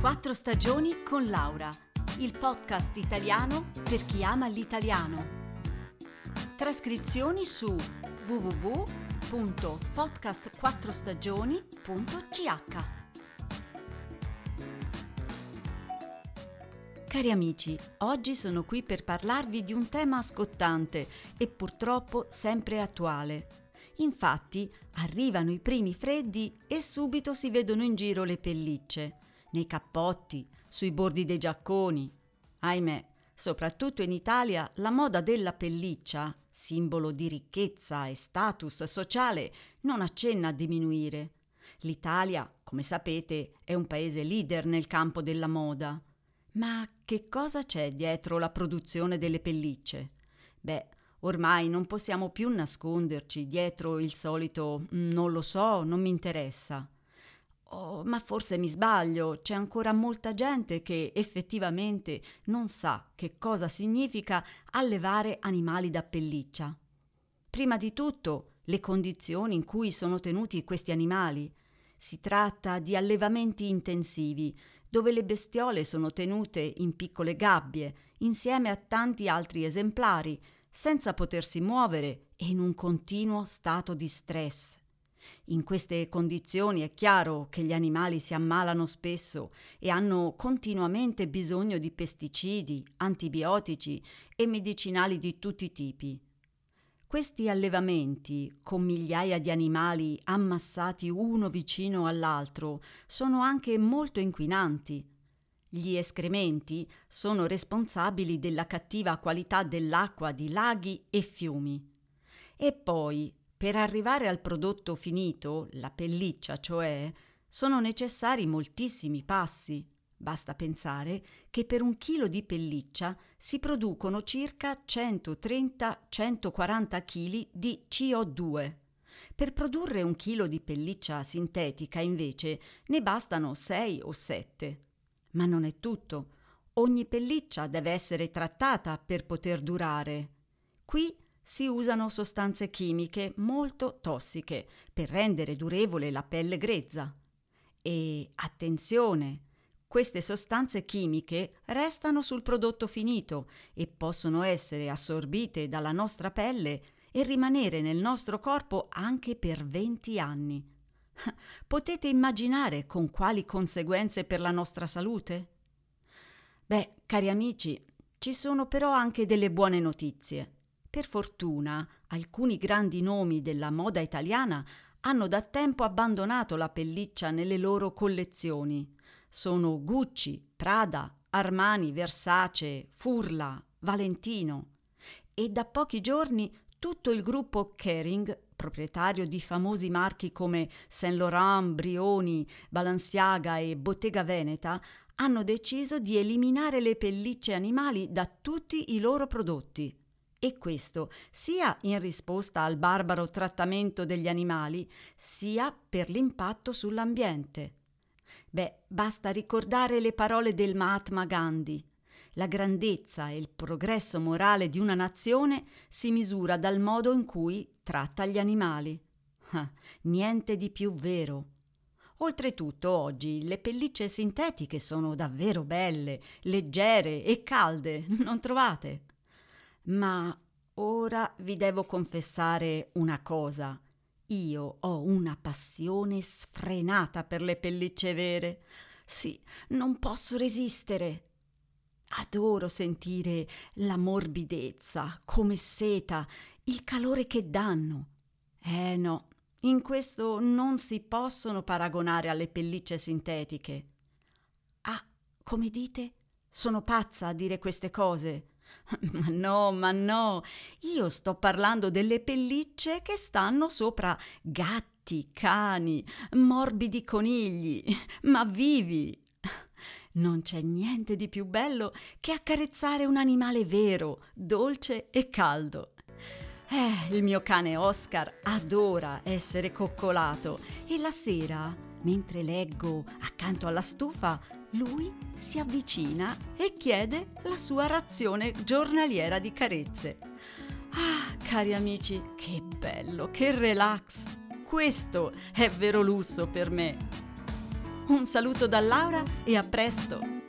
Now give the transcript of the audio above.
Quattro stagioni con Laura, il podcast italiano per chi ama l'italiano. Trascrizioni su www.podcastquattrostagioni.ch. Cari amici, oggi sono qui per parlarvi di un tema scottante e purtroppo sempre attuale. Infatti, arrivano i primi freddi e subito si vedono in giro le pellicce, nei cappotti, sui bordi dei giacconi. Ahimè, soprattutto in Italia, la moda della pelliccia, simbolo di ricchezza e status sociale, non accenna a diminuire. L'Italia, come sapete, è un paese leader nel campo della moda. Ma che cosa c'è dietro la produzione delle pellicce? Beh, ormai non possiamo più nasconderci dietro il solito non lo so, non mi interessa. Oh, ma forse mi sbaglio, c'è ancora molta gente che effettivamente non sa che cosa significa allevare animali da pelliccia. Prima di tutto, le condizioni in cui sono tenuti questi animali. Si tratta di allevamenti intensivi, dove le bestiole sono tenute in piccole gabbie, insieme a tanti altri esemplari, senza potersi muovere e in un continuo stato di stress. In queste condizioni è chiaro che gli animali si ammalano spesso e hanno continuamente bisogno di pesticidi, antibiotici e medicinali di tutti i tipi. Questi allevamenti, con migliaia di animali ammassati uno vicino all'altro, sono anche molto inquinanti. Gli escrementi sono responsabili della cattiva qualità dell'acqua di laghi e fiumi. E poi, per arrivare al prodotto finito, la pelliccia cioè, sono necessari moltissimi passi. Basta pensare che per un chilo di pelliccia si producono circa 130-140 kg di CO2. Per produrre un chilo di pelliccia sintetica, invece, ne bastano 6 o 7. Ma non è tutto. Ogni pelliccia deve essere trattata per poter durare. Qui si usano sostanze chimiche molto tossiche per rendere durevole la pelle grezza. E attenzione! Queste sostanze chimiche restano sul prodotto finito e possono essere assorbite dalla nostra pelle e rimanere nel nostro corpo anche per 20 anni. Potete immaginare con quali conseguenze per la nostra salute? Beh, cari amici, ci sono però anche delle buone notizie. Per fortuna, alcuni grandi nomi della moda italiana hanno da tempo abbandonato la pelliccia nelle loro collezioni. Sono Gucci, Prada, Armani, Versace, Furla, Valentino. E da pochi giorni tutto il gruppo Kering, proprietario di famosi marchi come Saint Laurent, Brioni, Balenciaga e Bottega Veneta, hanno deciso di eliminare le pellicce animali da tutti i loro prodotti. E questo sia in risposta al barbaro trattamento degli animali, sia per l'impatto sull'ambiente. Beh, basta ricordare le parole del Mahatma Gandhi. La grandezza e il progresso morale di una nazione si misura dal modo in cui tratta gli animali. Niente di più vero. Oltretutto, oggi le pellicce sintetiche sono davvero belle, leggere e calde, non trovate? Ma ora vi devo confessare una cosa. Io ho una passione sfrenata per le pellicce vere. Sì, non posso resistere. Adoro sentire la morbidezza, come seta, il calore che danno. No, in questo non si possono paragonare alle pellicce sintetiche. Ah, come dite? Sono pazza a dire queste cose. Ma no, io sto parlando delle pellicce che stanno sopra gatti, cani, morbidi conigli, ma vivi. Non c'è niente di più bello che accarezzare un animale vero, dolce e caldo. Il mio cane Oscar adora essere coccolato e la sera, mentre leggo accanto alla stufa, lui si avvicina e chiede la sua razione giornaliera di carezze. Ah, cari amici, che bello, che relax! Questo è vero lusso per me. Un saluto da Laura e a presto!